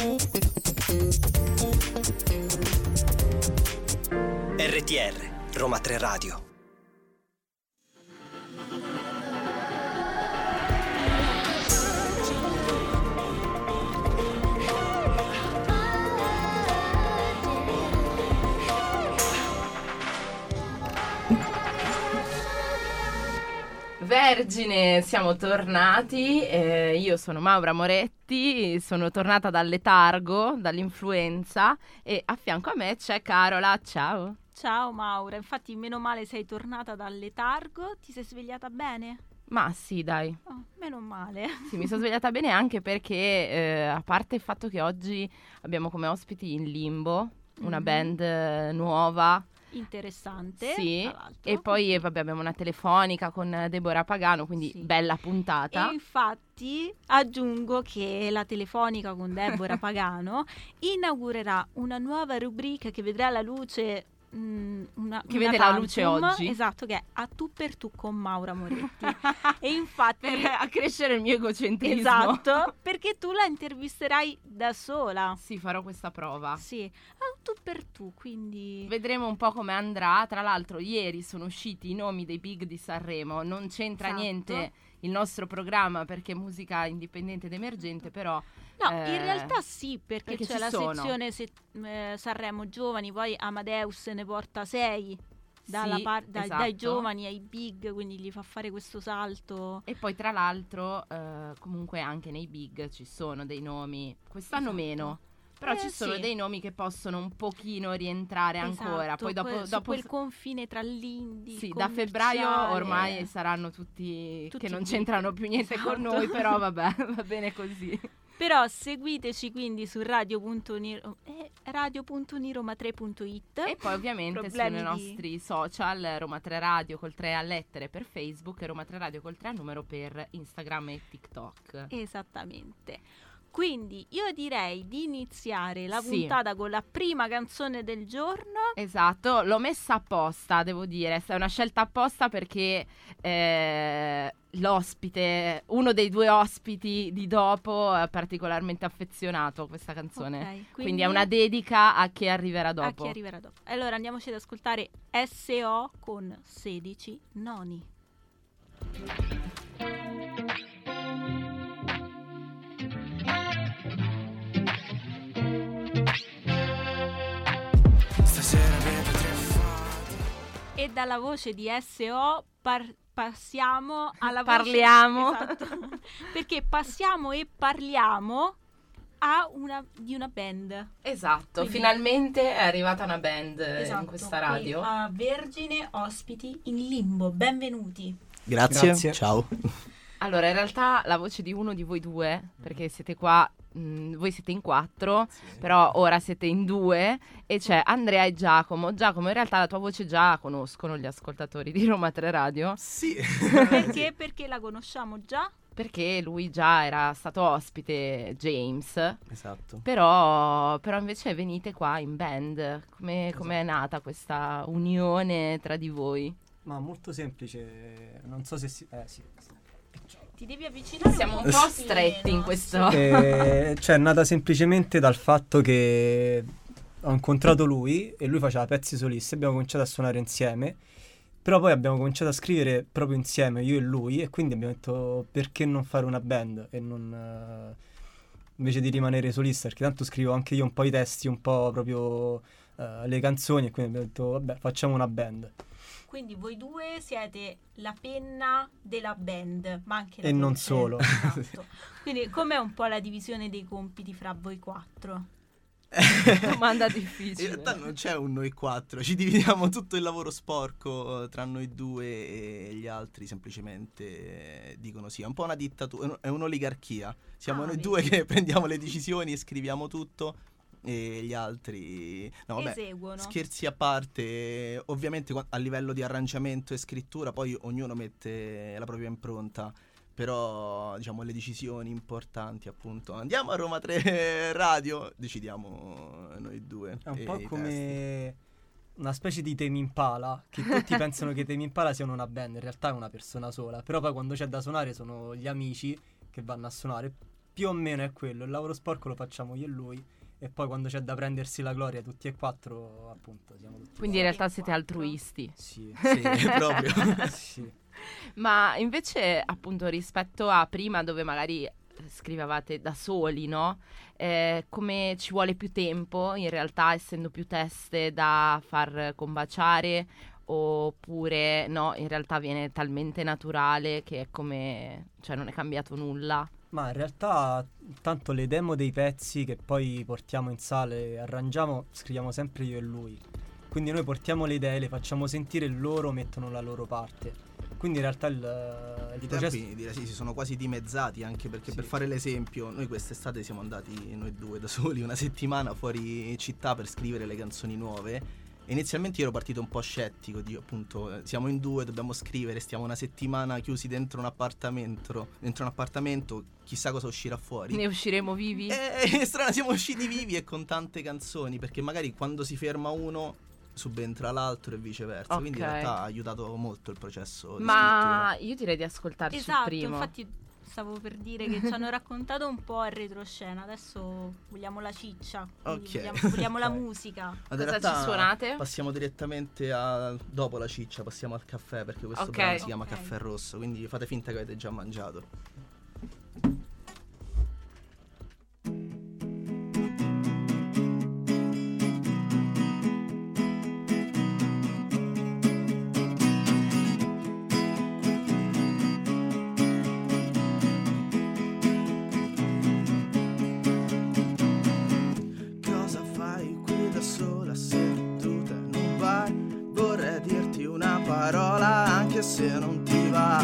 RTR, Roma 3 Radio. Vergine, siamo tornati, io sono Maura Moretti, sono tornata dal letargo, dall'influenza e a fianco a me c'è Carola, ciao. Ciao Maura, infatti meno male sei tornata dal letargo, ti sei svegliata bene? Ma sì, dai. Oh, meno male. Sì, mi sono svegliata bene anche perché, a parte il fatto che oggi abbiamo come ospiti in Limbo, una band nuova. Interessante, sì, tra l'altro. E poi vabbè, abbiamo una telefonica con Deborah Pagano, quindi Sì. bella puntata. E infatti aggiungo che la telefonica con Deborah Pagano inaugurerà una nuova rubrica che vedrà la luce che vede la luce oggi. Esatto, che è A tu per tu con Maura Moretti. E infatti Per accrescere il mio egocentrismo. esatto, perché tu la intervisterai da sola. Sì, farò questa prova. Sì, A tu per tu, quindi Vedremo un po' come andrà. Tra l'altro ieri sono usciti i nomi dei big di Sanremo. Non c'entra Esatto. niente il nostro programma perché è musica indipendente ed emergente, però no, in realtà sì, perché perché c'è ci la sono. sezione Sanremo Giovani, poi Amadeus ne porta 6 dai esatto. giovani ai big, quindi gli fa fare questo salto. E poi tra l'altro comunque anche nei big ci sono dei nomi, quest'anno Esatto. meno, però ci sono sì. dei nomi che possono un pochino rientrare ancora. Esatto, Poi su dopo quel confine tra l'indie, sì, il da febbraio commerciale. ormai saranno tutti che non big. c'entrano più niente Esatto. con noi, però vabbè, va bene così. Però seguiteci quindi su radio.uniroma3.it E poi ovviamente Problemi sui di- nostri social, Roma 3 Radio col 3 a lettere per Facebook e Roma 3 Radio col 3 a numero per Instagram e TikTok. Esattamente. Quindi io direi di iniziare la Sì. puntata con la prima canzone del giorno. Esatto, l'ho messa apposta, devo dire, è una scelta apposta perché l'ospite, uno dei due ospiti di dopo è particolarmente affezionato a questa canzone. Ok, Quindi è una dedica a chi arriverà dopo. a chi arriverà dopo. Allora andiamoci ad ascoltare SO con 16 noni. Stasera vedo tre fate. E dalla voce di SO passiamo alla Parliamo. voce esatto. Perché passiamo e parliamo di una band. Esatto, Quindi- finalmente è arrivata una band Esatto, in questa radio. qui a Vergine, ospiti in Limbo. Benvenuti. Grazie. Ciao. Allora, in realtà la voce di uno di voi due, perché siete qua, voi siete in 4, però ora siete in 2 e c'è Andrea e Giacomo. Giacomo, in realtà la tua voce già la conoscono gli ascoltatori di Roma 3 Radio, Sì. Perché? Perché la conosciamo già? perché lui già era stato ospite, James, Esatto. però invece venite qua in band. Come è nata questa unione tra di voi? Ma molto semplice, non so se sì. Ti devi avvicinare Siamo un po' po' stretti in questo... Cioè è nata semplicemente dal fatto che ho incontrato lui e lui faceva pezzi solisti, abbiamo cominciato a suonare insieme, però poi abbiamo cominciato a scrivere proprio insieme, io e lui, e quindi abbiamo detto perché non fare una band e non invece di rimanere solista, perché tanto scrivo anche io un po' i testi, un po' proprio le canzoni, e quindi abbiamo detto vabbè, facciamo una band. Quindi voi due siete la penna della band, ma anche la E non voce. solo. Esatto. Quindi com'è un po' la divisione dei compiti fra voi 4? Domanda In difficile. realtà non c'è un noi 4, ci dividiamo tutto il lavoro sporco tra noi due e gli altri semplicemente dicono sì, è un po' una dittatura, è un'oligarchia. Siamo noi vedi. due che prendiamo le decisioni e scriviamo tutto e gli altri no, vabbè, Eseguono. scherzi a parte, ovviamente a livello di arrangiamento e scrittura poi ognuno mette la propria impronta. Però diciamo le decisioni importanti, appunto, andiamo a Roma 3 Radio, decidiamo noi due. È un e po' i come una specie di Tame Impala, che tutti pensano che Tame Impala siano una band, in realtà è una persona sola, però poi quando c'è da suonare sono gli amici che vanno a suonare, più o meno è quello. Il lavoro sporco lo facciamo io e lui, e poi quando c'è da prendersi la gloria tutti e quattro, appunto, siamo tutti Quindi in qua. realtà siete altruisti. Sì, Sì, proprio. sì. Ma invece, appunto, rispetto a prima dove magari scrivevate da soli, no? Come ci vuole più tempo, in realtà, essendo più teste da far combaciare, oppure no, in realtà viene talmente naturale che è come, cioè non è cambiato nulla. Ma in realtà tanto le demo dei pezzi che poi portiamo in sala e arrangiamo, scriviamo sempre io e lui. Quindi noi portiamo le idee, le facciamo sentire e loro mettono la loro parte. Quindi in realtà il I processo... tempi direi sì, si sono quasi dimezzati, anche perché Sì. per fare l'esempio, noi quest'estate siamo andati noi due da soli una settimana fuori città per scrivere le canzoni nuove. E inizialmente io ero partito un po' scettico, appunto, siamo in due, dobbiamo scrivere, stiamo una settimana chiusi dentro un appartamento, chissà cosa uscirà fuori. Ne usciremo vivi? Strano, siamo usciti vivi e con tante canzoni, perché magari quando si ferma uno subentra l'altro e viceversa. Ok. Quindi in realtà ha aiutato molto il processo di Ma scrittura. io direi di ascoltarci il Esatto, primo. infatti stavo per dire che ci hanno raccontato un po' in retroscena, adesso vogliamo la ciccia, quindi Ok. vogliamo la musica. Ma in Cosa realtà ci suonate? Passiamo direttamente dopo la ciccia, passiamo al caffè, perché questo Ok. brano si chiama Ok. Caffè Rosso, quindi fate finta che avete già mangiato. Cosa fai qui da sola seduta in un bar? Vorrei dirti una parola anche se non ti va.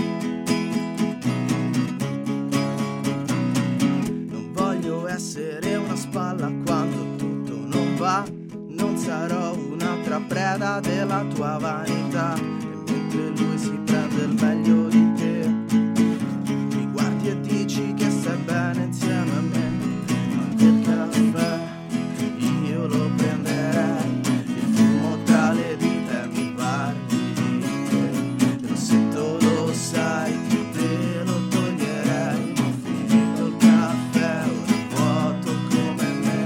Non voglio essere una spalla quando tutto non va. Non sarò un'altra preda della tua vanità. E mentre lui si prende il meglio di te, mi guardi e dici che stai bene insieme a me. Ma del caffè io lo prenderei, il fumo tra le dita mi parli di te. Lo sento, lo sai che te lo toglierei. Ho finito il caffè, ora è vuoto come me.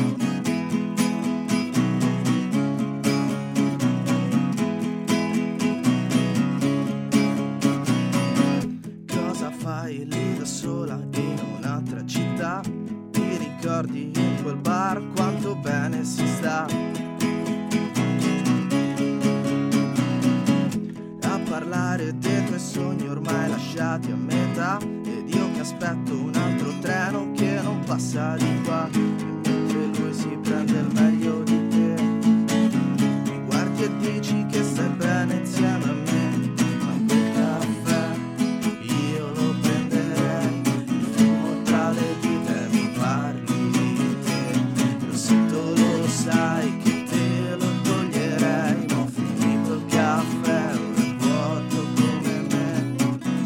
Cosa fai lì da sola in un'altra città? Ti ricordi in quel bar quanto bene si sta? A parlare dei tuoi sogni ormai lasciati a metà, ed io che aspetto un altro treno che non passa di qua. E mentre lui si prende il meglio di te, mi guardi e dici che stai bene insieme a me. Ma quel caffè io lo prenderei, il fumo tra le dita mi parli di te. Lo sento, lo sai che te lo toglierei. Ma ho finito il caffè, ora è vuoto come me.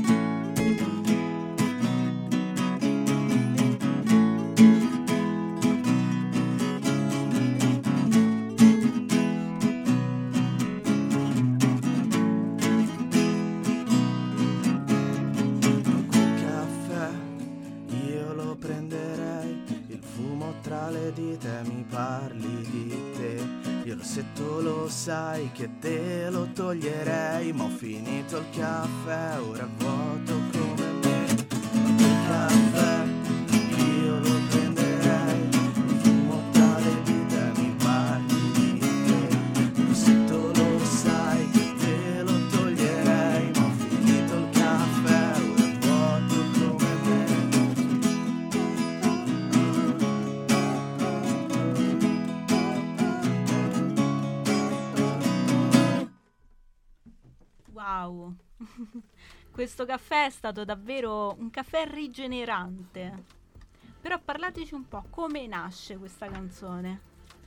Quel caffè io lo prenderei, il fumo tra le dita mi parli di te. Io lo sento, lo sai che te lo toglierei. Ma ho finito il caffè, ora è vuoto come me. Ma quel caffè io lo prenderei, il fumo tra le dita mi parli di te. Lo sento, lo sai che te lo toglierei. Ma ho finito il caffè, ora è vuoto come me. Wow, questo caffè è stato davvero un caffè rigenerante. Però parlateci un po', come nasce questa canzone?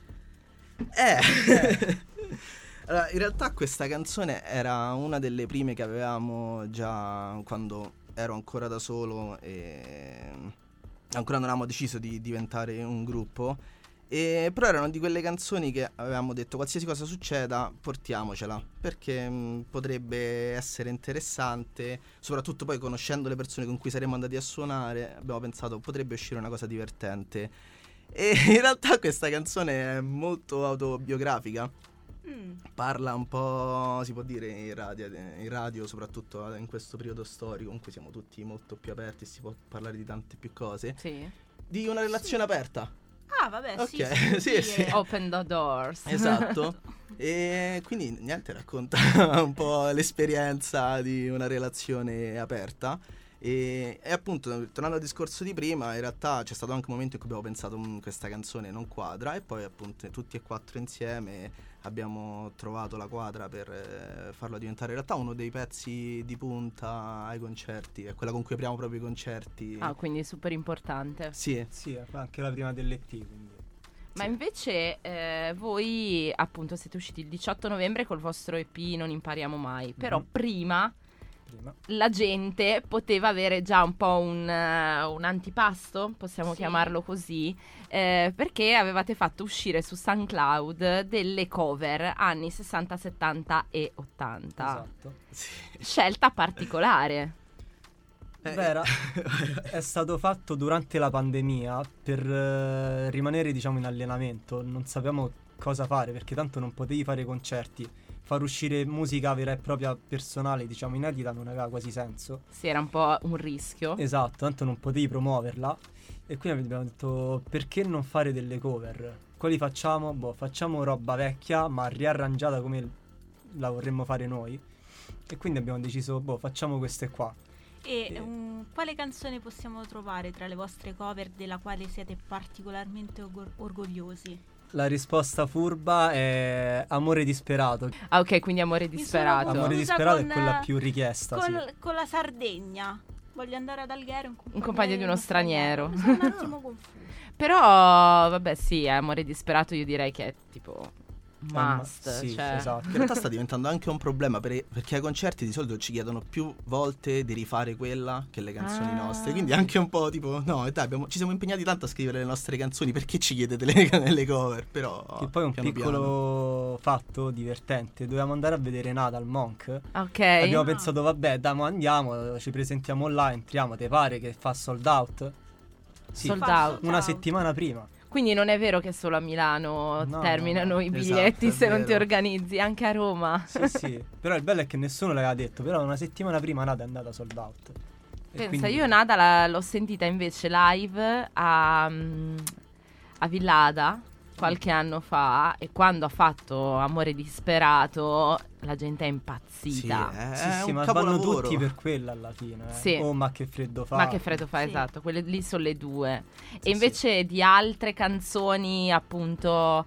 Allora, in realtà questa canzone era una delle prime che avevamo già quando ero ancora da solo e ancora non avevamo deciso di diventare un gruppo. Però erano di quelle canzoni che avevamo detto qualsiasi cosa succeda portiamocela, perché potrebbe essere interessante, soprattutto poi conoscendo le persone con cui saremmo andati a suonare abbiamo pensato potrebbe uscire una cosa divertente. E in realtà questa canzone è molto autobiografica, parla un po', si può dire, in radio soprattutto in questo periodo storico in cui siamo tutti molto più aperti e si può parlare di tante più cose, Sì. di una relazione aperta. Ah, vabbè, Ok, sì, si può sì, dire. sì. Open the doors. Esatto. E quindi niente, racconta un po' l'esperienza di una relazione aperta. E appunto, tornando al discorso di prima, in realtà c'è stato anche un momento in cui abbiamo pensato questa canzone non quadra, e poi appunto tutti e 4 insieme abbiamo trovato la quadra per farlo diventare in realtà uno dei pezzi di punta ai concerti, è quella con cui apriamo proprio i concerti. Ah, quindi super importante. Sì. Sì, anche la prima dell'EP, quindi. Ma invece voi appunto siete usciti il 18 novembre col vostro EP Non impariamo mai, però prima la gente poteva avere già un po' un antipasto, possiamo Sì. chiamarlo così, perché avevate fatto uscire su SoundCloud delle cover anni 60, 70 e 80. Esatto. Scelta particolare. Beh, è stato fatto durante la pandemia per rimanere, diciamo, in allenamento. Non sappiamo cosa fare perché tanto non potevi fare concerti. Far uscire musica vera e propria personale, diciamo, inedita non aveva quasi senso. Sì, era un po' un rischio. Esatto, tanto non potevi promuoverla. E quindi abbiamo detto, perché non fare delle cover? Quali facciamo? Boh, facciamo roba vecchia ma riarrangiata come la vorremmo fare noi. E quindi abbiamo deciso, boh, facciamo queste qua. E quale canzone possiamo trovare tra le vostre cover della quale siete particolarmente orgogliosi? La risposta furba è Amore disperato. Ah, ok, quindi Amore Mi sono disperato. confusa Amore disperato con, è quella più richiesta, sì. con la Sardegna. Voglio andare ad Alghero In compagnia di uno straniero. Mi sono un attimo confusa. Però, vabbè, sì, Amore disperato io direi che è tipo must. Sì, cioè. esatto. In realtà sta diventando anche un problema perché ai concerti di solito ci chiedono più volte di rifare quella che le canzoni nostre. Quindi anche un po' tipo, no, dai, ci siamo impegnati tanto a scrivere le nostre canzoni, perché ci chiedete le cover? Però Che poi un piano piccolo fatto divertente. Dovevamo andare a vedere Nada al Monk. Ok. Abbiamo pensato, vabbè, dai, mo andiamo, ci presentiamo là, entriamo. Te pare che fa sold out? Sì, Sold Fa out. una settimana prima. Quindi non è vero che solo a Milano No, terminano no, i esatto, biglietti è se non ti vero. organizzi, anche a Roma. Sì, sì. Però il bello è che nessuno l'aveva detto. Però una settimana prima Nada è andata sold out. E Pensa, quindi- io Nada l'ho sentita invece live a Villada qualche anno fa, e quando ha fatto Amore disperato la gente è impazzita. è Sì, un ma vanno capolavoro. tutti per quella alla fine. Sì. Oh, ma che freddo fa. Ma che freddo fa, Sì. esatto, quelle lì sono le due. Sì, E invece di altre canzoni, appunto,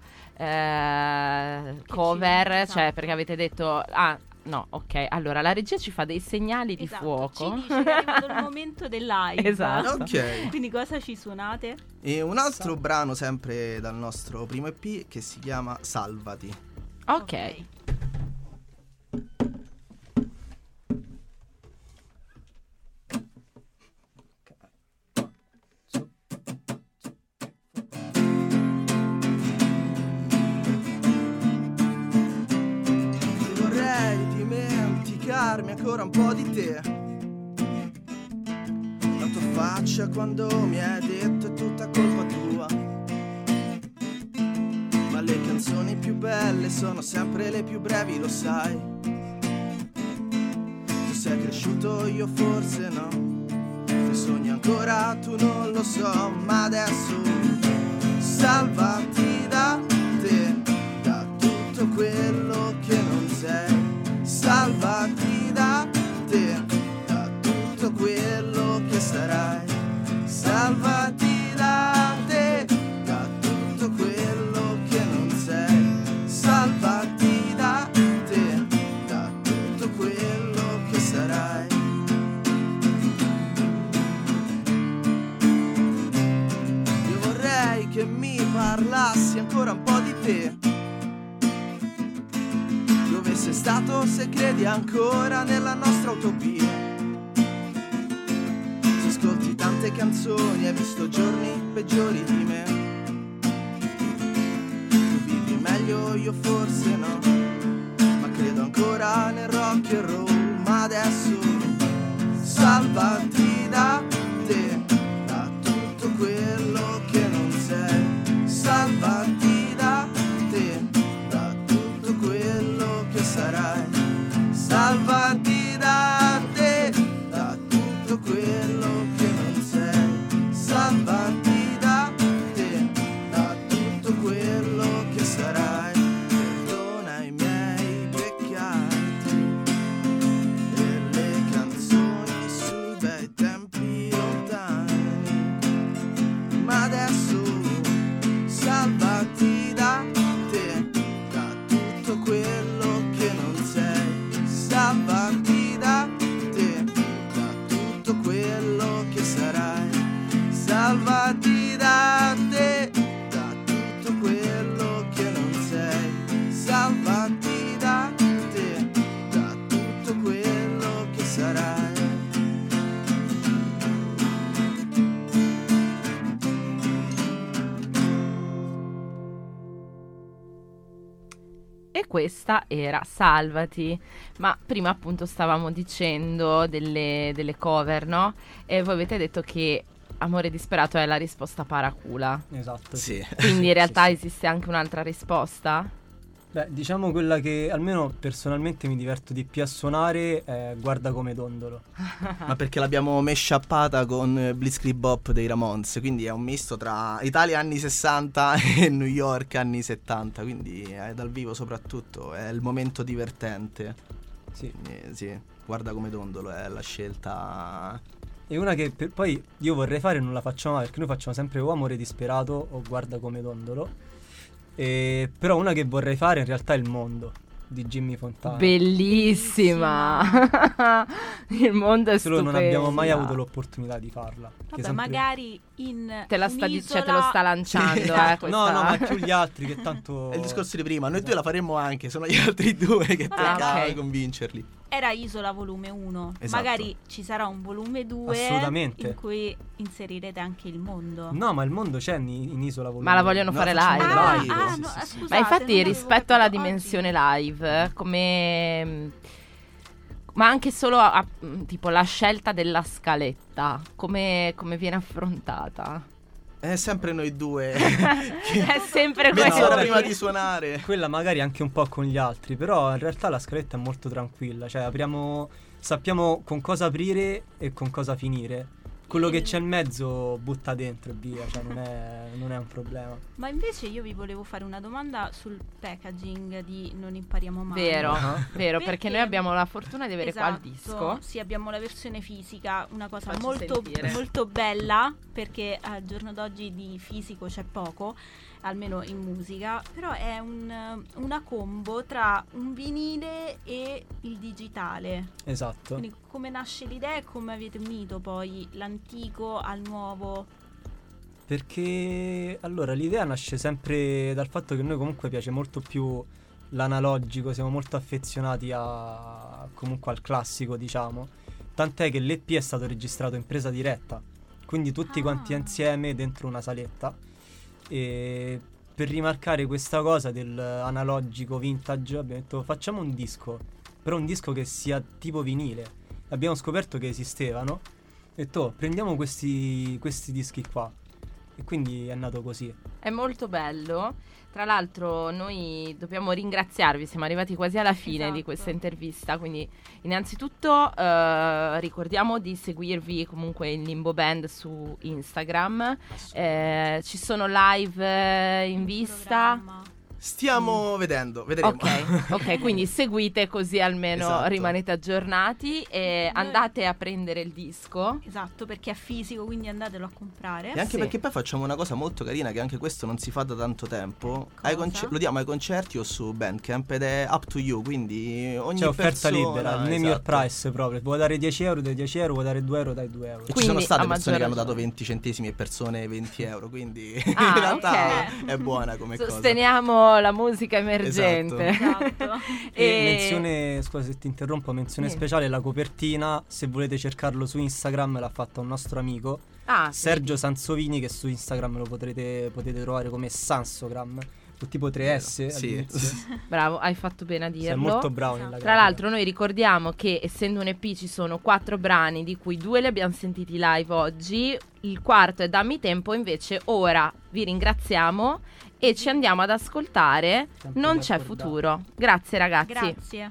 cover, esatto. cioè perché avete detto, no, ok, allora la regia ci fa dei segnali di Esatto, fuoco. ci dice che è arrivato il momento del live. Esatto. Ok. Quindi cosa ci suonate? E un altro brano sempre dal nostro primo EP che si chiama Salvati. Ok. Vorrei dimenticarmi ancora un po' di te. La tua faccia quando mi hai detto è tutta colpa tua. Ma le canzoni più belle sono sempre le più brevi, lo sai. Tu sei cresciuto, io forse no. Ne sogni ancora, tu non lo so. Ma adesso salvati da te, da tutto quello che non sei. Salvati da te, da tutto quello che sarai. Salvati da te, da tutto quello che non sei. Salvati da te, da tutto quello che sarai. Io vorrei che mi parlassi ancora un po' di te. Dove sei stato, se credi ancora nella nostra utopia. Se ascolti tante canzoni, hai visto giorni peggiori di me. e questa era Salvati. Ma prima appunto stavamo dicendo delle cover, no? E voi avete detto che Amore disperato è la risposta paracula. Esatto. Sì. Quindi in realtà Sì. esiste anche un'altra risposta? Beh, diciamo quella che almeno personalmente mi diverto di più a suonare è Guarda come dondolo. Ma perché l'abbiamo mashuppata con Blitzkrieg Bop dei Ramones, quindi è un misto tra Italia anni 60 e New York anni 70, quindi dal vivo soprattutto è il momento divertente. Sì. Sì, Guarda come dondolo è la scelta. E una che poi io vorrei fare e non la facciamo mai, perché noi facciamo sempre o Amore disperato o Guarda come dondolo. Però una che vorrei fare in realtà è Il mondo di Jimmy Fontana. Bellissima. Il mondo è Solo non abbiamo mai stupenda. avuto l'opportunità di farla. Che Vabbè, sempre- magari in Te la sta un'isola... te lo sta lanciando, Sì. questa. No, ma più gli altri che tanto... È il discorso di prima, noi due la faremmo anche, sono gli altri due che tocca ok. convincerli. Era Isola volume 1. Esatto. Magari ci sarà un volume 2 Assolutamente. in cui inserirete anche il mondo. No, ma il mondo c'è in Isola Volume. Ma la vogliono No, fare facciamo live. vedere. live. Ah, Sì, no, sì, sì. scusate, Ma infatti non avevo rispetto alla capito. dimensione live, come... Ma anche solo a tipo la scelta della scaletta, come viene affrontata? È sempre noi due. È sempre Mezz'ora questo. Mezz'ora prima di suonare. Quella magari anche un po' con gli altri, però in realtà la scaletta è molto tranquilla, cioè sappiamo con cosa aprire e con cosa finire. Quello che c'è in mezzo butta dentro e via, cioè non è un problema. Ma invece io vi volevo fare una domanda sul packaging di Non impariamo mai. Vero, Ah. vero, perché Perché- noi abbiamo la fortuna di avere qua il Esatto, disco. Sì, abbiamo la versione fisica, una cosa Facci molto, sentire. molto bella, perché al giorno d'oggi di fisico c'è poco, almeno in musica, però è una combo tra un vinile e il digitale. Esatto. Quindi come nasce l'idea e come avete unito poi l'antico al nuovo? Perché allora l'idea nasce sempre dal fatto che noi comunque piace molto più l'analogico, siamo molto affezionati comunque al classico, diciamo. Tant'è che l'EP è stato registrato in presa diretta, quindi tutti quanti insieme dentro una saletta. E per rimarcare questa cosa del analogico vintage abbiamo detto facciamo un disco, però un disco che sia tipo vinile. Abbiamo scoperto che esistevano, ho detto prendiamo questi dischi qua. E quindi è nato così. È molto bello. Tra l'altro noi dobbiamo ringraziarvi, siamo arrivati quasi alla fine di Esatto. questa intervista, quindi innanzitutto ricordiamo di seguirvi comunque in Limbo Band su Instagram. Ci sono live in vista. Programma. Stiamo vedremo. Ok, quindi seguite così almeno Esatto. rimanete aggiornati e andate a prendere il disco. Esatto, perché è fisico, quindi andatelo a comprare. E anche Sì. perché poi facciamo una cosa molto carina, che anche questo non si fa da tanto tempo. Cosa? Lo diamo ai concerti o su Bandcamp ed è up to you, quindi ogni C'è offerta persona, libera, il name your esatto. price proprio. Vuoi dare 10 euro, dai 10 euro, vuoi dare 2 euro, dai 2 euro. E ci Quindi, sono state a persone che hanno maggior dato ragione. 20 centesimi e persone 20 euro, quindi Ah, in realtà ok. è buona come cosa. Sosteniamo la musica emergente. Esatto. E menzione, scusa se ti interrompo, menzione Niente. speciale, la copertina, se volete cercarlo su Instagram, l'ha fatta un nostro amico, Ah, Sergio Sansovini, che su Instagram lo potete trovare come Sansogram, o tipo 3S Sì. all'inizio. bravo, hai fatto bene a Sei dirlo. molto bravo nella Tra grafica. l'altro noi ricordiamo che essendo un EP ci sono 4 brani, di cui 2 li abbiamo sentiti live oggi, il quarto è Dammi Tempo, invece ora vi ringraziamo e ci andiamo ad ascoltare Sempre Non da c'è ricordare. futuro. Grazie ragazzi. Grazie.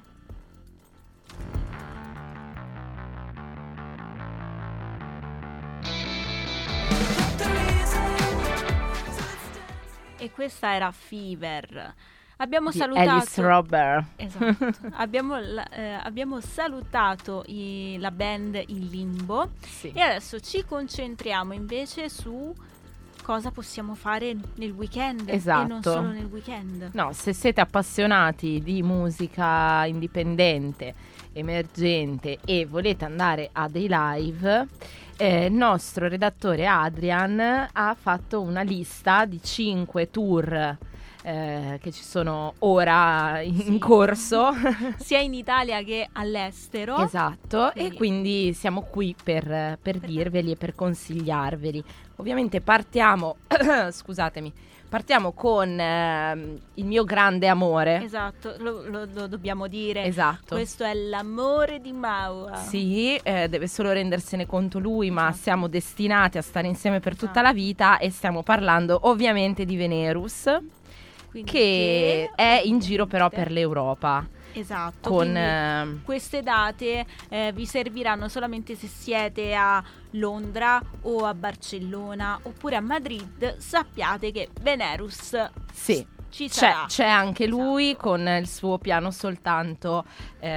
E questa era Fever. Abbiamo Di salutato Alice Robert. Esatto. abbiamo salutato la band in limbo Sì. e adesso ci concentriamo invece su cosa possiamo fare nel weekend e non Esatto. solo nel weekend. No, se siete appassionati di musica indipendente, emergente e volete andare a dei live, il nostro redattore Adrian ha fatto una lista di 5 tour che ci sono ora in corso. sia in Italia che all'estero. Esatto, e Quindi- quindi siamo qui per dirveli e per consigliarveli. Ovviamente partiamo, scusatemi, partiamo con il mio grande amore. Esatto, lo dobbiamo dire. Esatto. Questo è l'amore di Maura. Sì, deve solo rendersene conto lui, ma Esatto. siamo destinati a stare insieme per tutta Esatto. la vita e stiamo parlando ovviamente di Venerus, Quindi che è in giro però per l'Europa Esatto. con quindi queste date vi serviranno solamente se siete a Londra o a Barcellona oppure a Madrid. Sappiate che Venerus sì. ci sarà. C'è anche lui Esatto. con il suo piano soltanto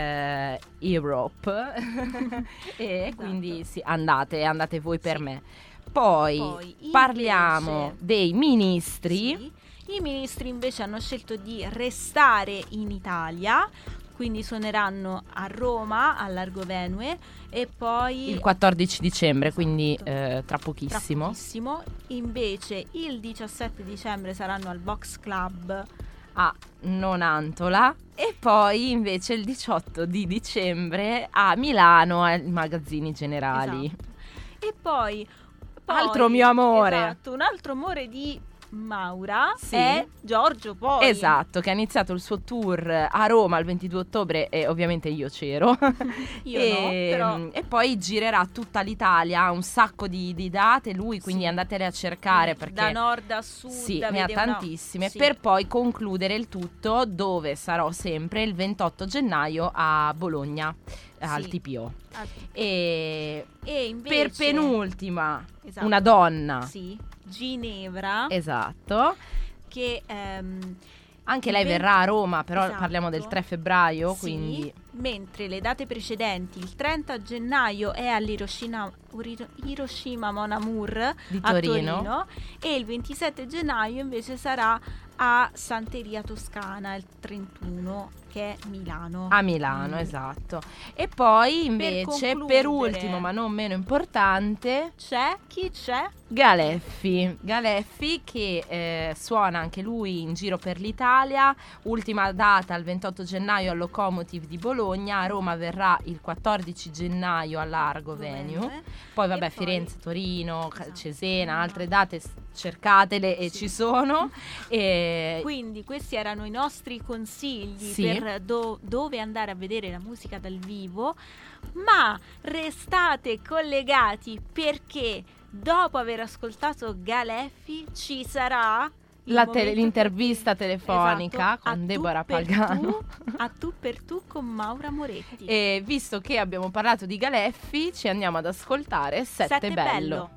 Europe e Esatto. quindi sì, andate voi per Sì. me. Poi Poi, parliamo invece, dei ministri. sì, i ministri invece hanno scelto di restare in Italia, quindi suoneranno a Roma, al Largo Venue e poi Il 14 dicembre, quindi Esatto. tra pochissimo. Tra pochissimo. Invece il 17 dicembre saranno al Box Club. A Nonantola e poi invece il 18 di dicembre a Milano ai Magazzini Generali. Esatto. E poi Altro mio amore. Esatto, un altro amore di Maura Sì. è Giorgio Poi. Esatto, che ha iniziato il suo tour a Roma il 22 ottobre e ovviamente io c'ero. Io no, però E poi girerà tutta l'Italia, ha un sacco di date lui, quindi Sì. andatele a cercare perché da nord a sud sì, ne ha vede una- tantissime, sì. per poi concludere il tutto dove sarò sempre il 28 gennaio a Bologna, al Sì. TPO. Ah, E E invece per penultima, Esatto. una donna. Sì, Ginevra Esatto. che Anche il lei 20 verrà a Roma, però Esatto. parliamo del 3 febbraio, sì, quindi mentre le date precedenti, il 30 gennaio è all'Hiroshima Mon Amour di a Torino. Torino e il 27 gennaio invece sarà a Santeria Toscana il 31 che è Milano. A Milano, Mm. esatto. E poi invece, per concludere- ultimo ma non meno importante, Chi c'è? Galeffi che suona anche lui in giro per l'Italia. Ultima data il 28 gennaio al Locomotive di Bologna. A Roma verrà il 14 gennaio al Largo Venue. Poi vabbè, E poi- Firenze, Torino, Esatto. Cesena, altre date cercatele e Sì. ci sono. E Quindi questi erano i nostri consigli Sì. per dove andare a vedere la musica dal vivo, ma restate collegati perché dopo aver ascoltato Galeffi ci sarà il momento l'intervista per- telefonica Esatto, a con tu Deborah per Pagano. tu, a tu per tu con Maura Moretti. E visto che abbiamo parlato di Galeffi, ci andiamo ad ascoltare Sette Bello.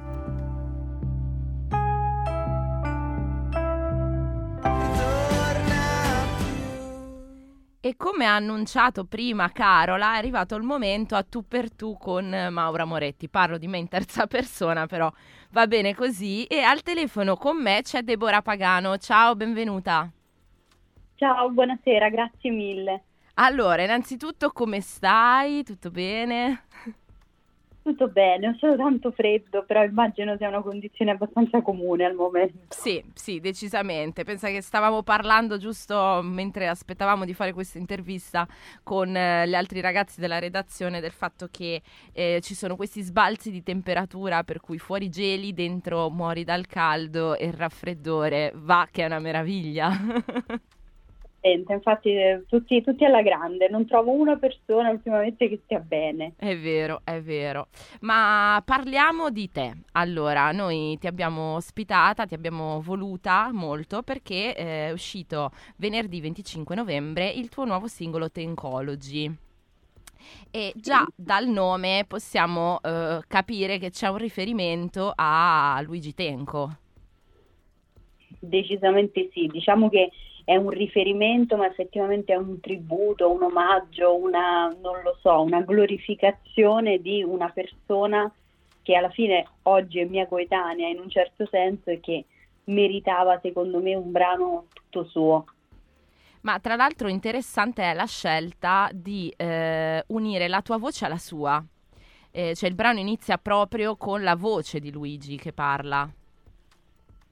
E come ha annunciato prima Carola, è arrivato il momento a tu per tu con Maura Moretti. Parlo di me in terza persona, però va bene così. E al telefono con me c'è Deborah Pagano. Ciao, benvenuta. Ciao, buonasera, grazie mille. Allora, innanzitutto come stai? Tutto bene? Tutto bene, ho solo tanto freddo, però immagino sia una condizione abbastanza comune al momento. Sì, decisamente. Pensa che stavamo parlando giusto mentre aspettavamo di fare questa intervista con gli altri ragazzi della redazione del fatto che ci sono questi sbalzi di temperatura per cui fuori geli, dentro muori dal caldo e il raffreddore va che è una meraviglia. Infatti tutti alla grande, non trovo una persona ultimamente che stia bene. È vero, è vero. Ma parliamo di te. Allora, noi ti abbiamo ospitata, ti abbiamo voluta molto perché è uscito venerdì 25 novembre il tuo nuovo singolo Tencology. E già dal nome possiamo capire che c'è un riferimento a Luigi Tenco. Decisamente sì, diciamo che è un riferimento, ma effettivamente è un tributo, un omaggio, non lo so, una glorificazione di una persona che alla fine oggi è mia coetanea in un certo senso e che meritava secondo me un brano tutto suo. Ma tra l'altro interessante è la scelta di unire la tua voce alla sua. Cioè il brano inizia proprio con la voce di Luigi che parla.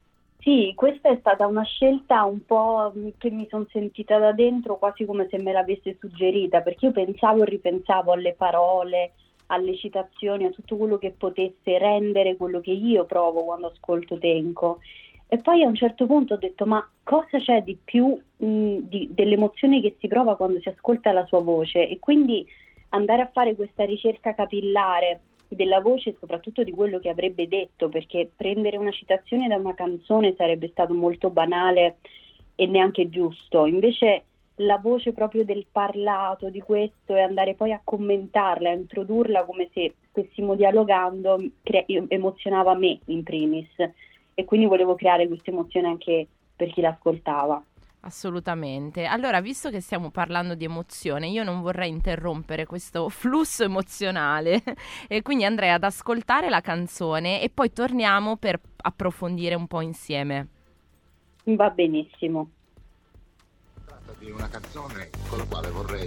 Sì, questa è stata una scelta un po' che mi sono sentita da dentro quasi come se me l'avesse suggerita, perché io pensavo e ripensavo alle parole, alle citazioni, a tutto quello che potesse rendere quello che io provo quando ascolto Tenco. E poi a un certo punto ho detto, ma cosa c'è di più dell'emozione che si prova quando si ascolta la sua voce? E quindi andare a fare questa ricerca capillare della voce e soprattutto di quello che avrebbe detto, perché prendere una citazione da una canzone sarebbe stato molto banale e neanche giusto. Invece la voce proprio del parlato di questo e andare poi a commentarla, a introdurla come se stessimo dialogando, emozionava me in primis, e quindi volevo creare questa emozione anche per chi l'ascoltava. Assolutamente. Allora, visto che stiamo parlando di emozione, io non vorrei interrompere questo flusso emozionale e quindi andrei ad ascoltare la canzone e poi torniamo per approfondire un po' insieme. Va benissimo. Tratta di una canzone con la quale vorrei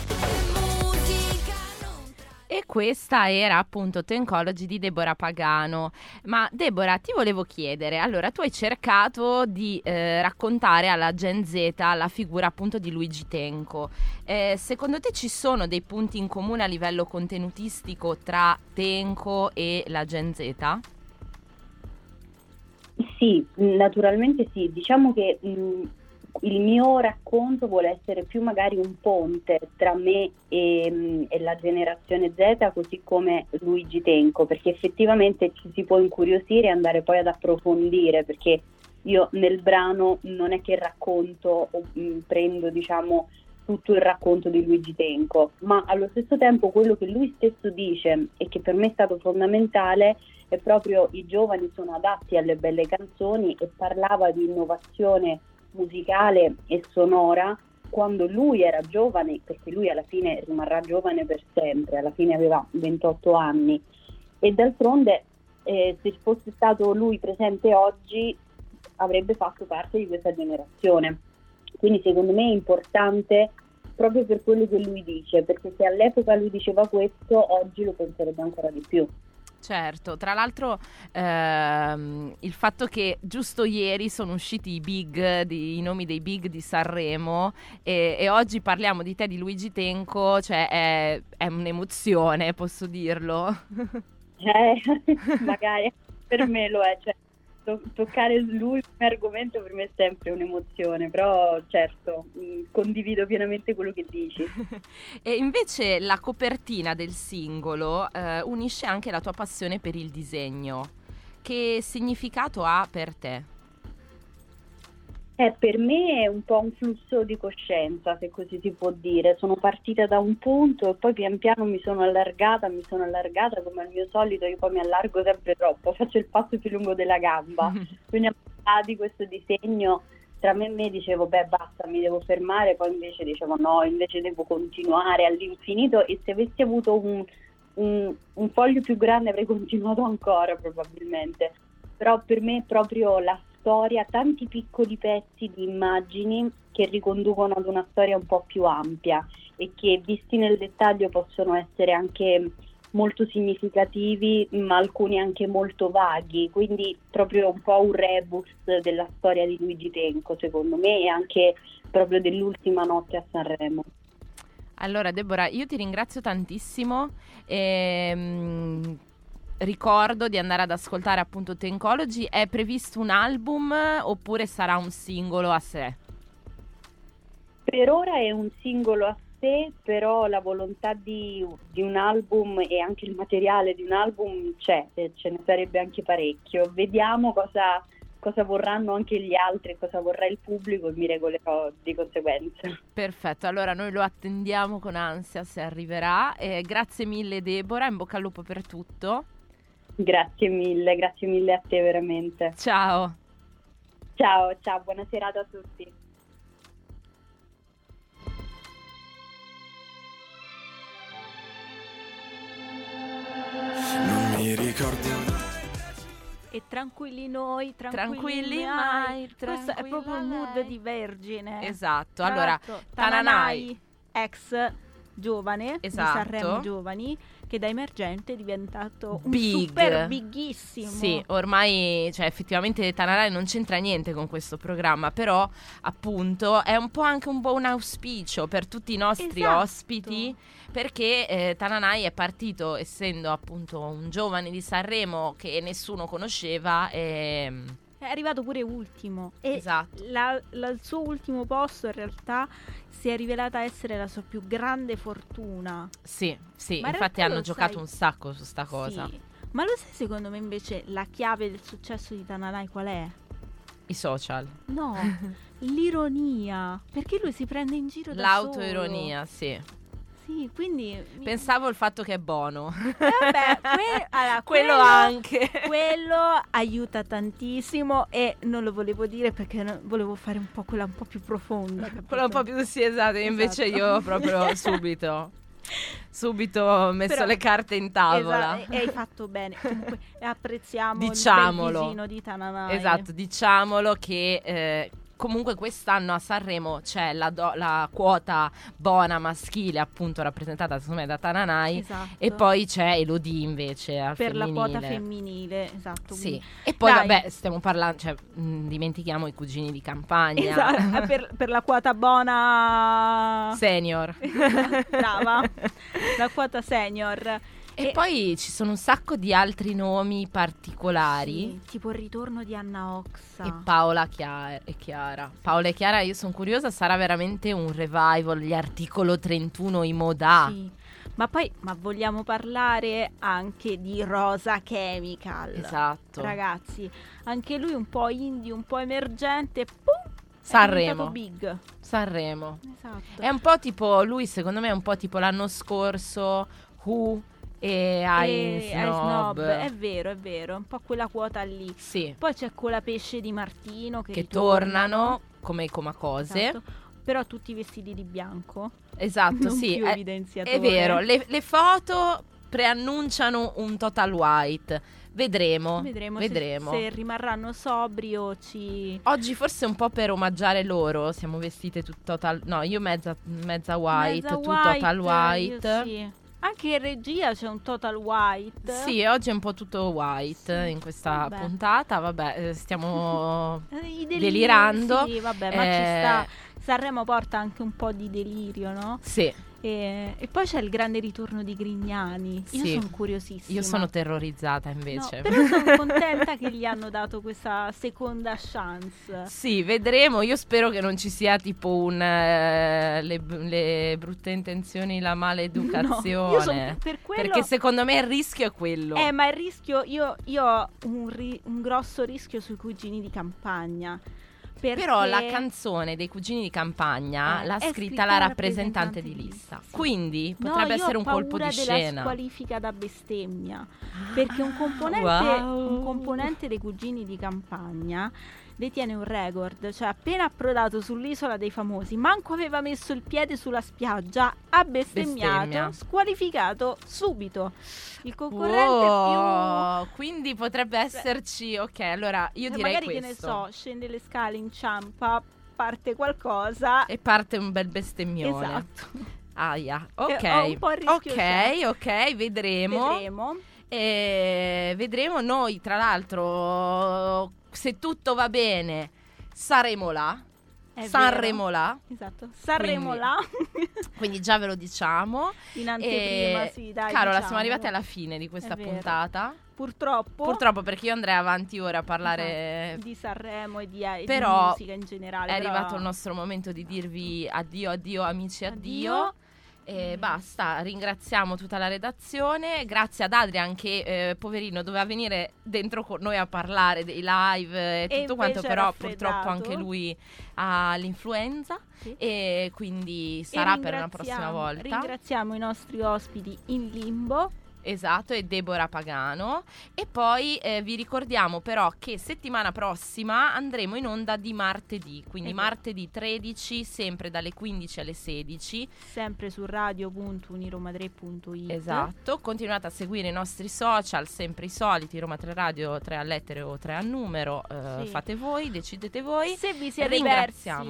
E questa era appunto Tencology di Deborah Pagano. Ma Deborah, ti volevo chiedere, allora tu hai cercato di raccontare alla Gen Z la figura appunto di Luigi Tenco. Secondo te ci sono dei punti in comune a livello contenutistico tra Tenco e la Gen Z? Sì, naturalmente sì. Diciamo che il mio racconto vuole essere più magari un ponte tra me e la generazione Z, così come Luigi Tenco, perché effettivamente ci si può incuriosire e andare poi ad approfondire, perché io nel brano non è che racconto o prendo, diciamo, tutto il racconto di Luigi Tenco, ma allo stesso tempo quello che lui stesso dice e che per me è stato fondamentale è proprio i giovani sono adatti alle belle canzoni, e parlava di innovazione musicale e sonora quando lui era giovane, perché lui alla fine rimarrà giovane per sempre, alla fine aveva 28 anni, e d'altronde se fosse stato lui presente oggi avrebbe fatto parte di questa generazione. Quindi secondo me è importante proprio per quello che lui dice, perché se all'epoca lui diceva questo, oggi lo penserebbe ancora di più. Certo, tra l'altro il fatto che giusto ieri sono usciti i nomi dei big di Sanremo e oggi parliamo di te, di Luigi Tenco, cioè è un'emozione, posso dirlo? Magari per me lo è, cioè toccare lui come argomento per me è sempre un'emozione, però certo, condivido pienamente quello che dici. E invece la copertina del singolo unisce anche la tua passione per il disegno. Che significato ha per te? Per me è un po' un flusso di coscienza, se così si può dire. Sono partita da un punto e poi pian piano mi sono allargata come al mio solito. Io poi mi allargo sempre troppo, faccio il passo più lungo della gamba. Quindi a metà di questo disegno tra me e me dicevo beh basta, mi devo fermare, poi invece dicevo no, invece devo continuare all'infinito, e se avessi avuto un foglio più grande avrei continuato ancora probabilmente. Però per me è proprio la storia, tanti piccoli pezzi di immagini che riconducono ad una storia un po' più ampia e che visti nel dettaglio possono essere anche molto significativi, ma alcuni anche molto vaghi, quindi proprio un po' un rebus della storia di Luigi Tenco, secondo me, e anche proprio dell'ultima notte a Sanremo. Allora Deborah, io ti ringrazio tantissimo. Ricordo di andare ad ascoltare appunto Tencology. È previsto un album oppure sarà un singolo a sé? Per ora è un singolo a sé, però la volontà di un album e anche il materiale di un album c'è, ce ne sarebbe anche parecchio. Vediamo cosa vorranno anche gli altri, cosa vorrà il pubblico, e mi regolerò di conseguenza. Perfetto, allora noi lo attendiamo con ansia se arriverà. Grazie mille Deborah, in bocca al lupo per tutto. Grazie mille a te veramente. Ciao. Ciao, buona serata a tutti. Non mi ricordo. E tranquilli noi, Tranquilli mai, Questo è proprio il mood di Vergine. Esatto, Tra allora l'altro, Tananai, ex giovane, Esatto. di Sanremo Giovani, che da emergente è diventato un Big. super bighissimo. Sì, ormai, cioè, effettivamente Tananai non c'entra niente con questo programma, però appunto è un po' anche un auspicio per tutti i nostri Esatto. ospiti, perché Tananai è partito essendo appunto un giovane di Sanremo che nessuno conosceva e... È arrivato pure ultimo. E Esatto. il suo ultimo posto in realtà si è rivelata essere la sua più grande fortuna. Sì, sì, Ma in infatti realtà hanno lo giocato sai- un sacco su sta cosa. Sì. Ma lo sai secondo me invece la chiave del successo di Tananai qual è? I social. No, l'ironia. Perché lui si prende in giro da L'autoironia, sì. solo. Sì, quindi... Pensavo il fatto che è buono. Vabbè, allora, Quello anche. Quello aiuta tantissimo e non lo volevo dire perché volevo fare un po' quella un po' più profonda. Capito? Quello un po' più sì, esatto. Invece Esatto. io proprio subito ho messo Però- le carte in tavola. Esatto, e hai fatto bene. Comunque apprezziamo Diciamolo. il bel visino di Tananai. Esatto, diciamolo che comunque quest'anno a Sanremo c'è la quota buona maschile, appunto rappresentata secondo me da Tananai, Esatto. e poi c'è Elodie invece al per la femminile. quota femminile, esatto. Sì, quindi- e poi Dai. vabbè, stiamo parlando, cioè dimentichiamo i cugini di campagna. Esatto, per la quota buona Senior. brava, la quota senior. E poi ci sono un sacco di altri nomi particolari. Sì, tipo il ritorno di Anna Oxa. E Paola e Chiara. Paola e Chiara, io sono curiosa, sarà veramente un revival, gli articolo 31, i Modà. Sì. Ma vogliamo parlare anche di Rosa Chemical. Esatto. Ragazzi, anche lui un po' indie, un po' emergente, pum, Sanremo. è diventato big. Sanremo. Esatto. È un po' tipo, lui secondo me è un po' tipo l'anno scorso, Who e I Snob. È vero, un po' quella quota lì. Sì, Poi c'è Colapesce di Martino che che tornano come i Comacose. Esatto. Però tutti vestiti di bianco. Esatto, Non sì, più è evidenziatore. vero. Le foto preannunciano un total white. Vedremo. Se rimarranno sobri o ci... Oggi forse un po' per omaggiare loro siamo vestite tutto total... No, io mezza white, Mezza tu total white. io sì. Anche in regia c'è un total white. Sì, oggi è un po' tutto white Sì, in questa vabbè. puntata. Vabbè, stiamo I deliri, delirando. Sì, vabbè, ma ci sta. Sanremo porta anche un po' di delirio, no? Sì, E poi c'è il grande ritorno di Grignani. Io Sì. sono curiosissima. io sono terrorizzata No, invece. però sono contenta che gli hanno dato questa seconda chance. Sì, vedremo. Io spero che non ci sia tipo le brutte intenzioni, la maleducazione. No, io sono per quello... Perché secondo me il rischio è quello. Ma il rischio, io ho un grosso rischio sui cugini di campagna. Perché... Però la canzone dei cugini di campagna l'ha è scritta la rappresentante di lista. sì. Quindi No, potrebbe io essere ho un colpo di paura della scena. squalifica da bestemmia. Perché un componente dei cugini di campagna detiene un record, cioè appena approdato sull'isola dei famosi, manco aveva messo il piede sulla spiaggia, ha bestemmiato, Bestemmia. squalificato subito. Il concorrente più... Quindi potrebbe esserci. Ok, allora io direi magari questo. che ne so, scende le scale, inciampa, parte qualcosa. E parte un bel bestemmione. Esatto. Aia. Ho Ok. un po' il rischio c'è. Ok, vedremo. E vedremo noi, tra l'altro, se tutto va bene, saremo là. È Sanremo vero. là. Esatto. Sanremo Quindi- là. Quindi già ve lo diciamo. In anteprima, E, sì, dai. Carola, diciamo. siamo arrivati alla fine di questa È vero. puntata. Purtroppo. Purtroppo, perché io andrei avanti ora a parlare. Esatto, di Sanremo e di Però musica in generale. È però- arrivato il nostro momento di dirvi addio, amici, addio. E basta, ringraziamo tutta la redazione. Grazie ad Adrian che, poverino, doveva venire dentro con noi a parlare dei live e tutto quanto, invece è però raffreddato. purtroppo anche lui ha l'influenza. Sì. E quindi E sarà per una prossima volta. Ringraziamo i nostri ospiti in limbo. Esatto, e Deborah Pagano. E poi vi ricordiamo però che settimana prossima andremo in onda di martedì, quindi Esatto. martedì 13, sempre dalle 15 alle 16. Sempre su radio.uniroma3.it. Esatto, continuate a seguire i nostri social, sempre i soliti, Roma 3 Radio, 3 a lettere o 3 a numero, Sì. fate voi, decidete voi. Se vi siete Ringraziamo. persi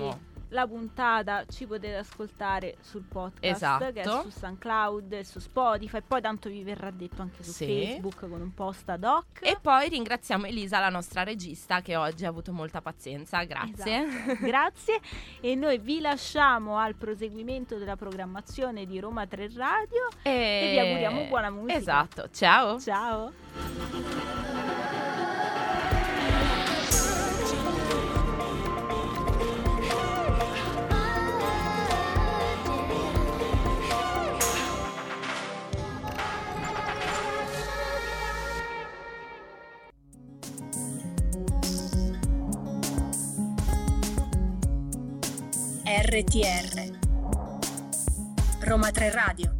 la puntata ci potete ascoltare sul podcast, che è su SoundCloud e su Spotify, poi tanto vi verrà detto anche su Facebook con un post ad hoc. E poi ringraziamo Elisa, la nostra regista, che oggi ha avuto molta pazienza, grazie. Esatto. Grazie, e noi vi lasciamo al proseguimento della programmazione di Roma 3 Radio e vi auguriamo buona musica. Esatto, ciao. Ciao. RTR Roma 3 Radio.